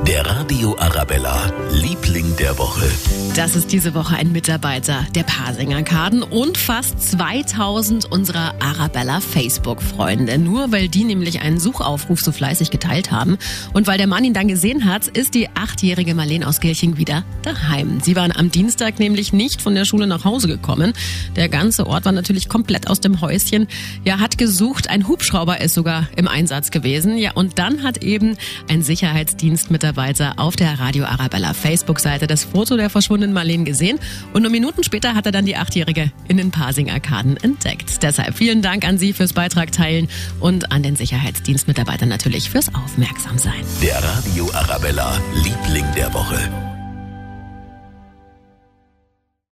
Der Radio Arabella, Liebling der Woche. Das ist diese Woche ein Mitarbeiter der Pasing-Arkaden und fast 2000 unserer Arabella Facebook-Freunde. Nur weil die nämlich einen Suchaufruf so fleißig geteilt haben und weil der Mann ihn dann gesehen hat, ist die 8-jährige Marlene aus Gilching wieder daheim. Sie waren am Dienstag nämlich nicht von der Schule nach Hause gekommen. Der ganze Ort war natürlich komplett aus dem Häuschen. Ja, hat gesucht. Ein Hubschrauber ist sogar im Einsatz gewesen. Ja, und dann hat eben ein Sicherheitsdienstmitarbeiter auf der Radio Arabella Facebook-Seite das Foto der verschwundenen Marlene gesehen und nur Minuten später hat er dann die 8-Jährige in den Pasing-Arkaden entdeckt. Deshalb vielen Dank an Sie fürs Beitrag teilen und an den Sicherheitsdienstmitarbeiter natürlich fürs Aufmerksamsein. Der Radio Arabella, Liebling der Woche.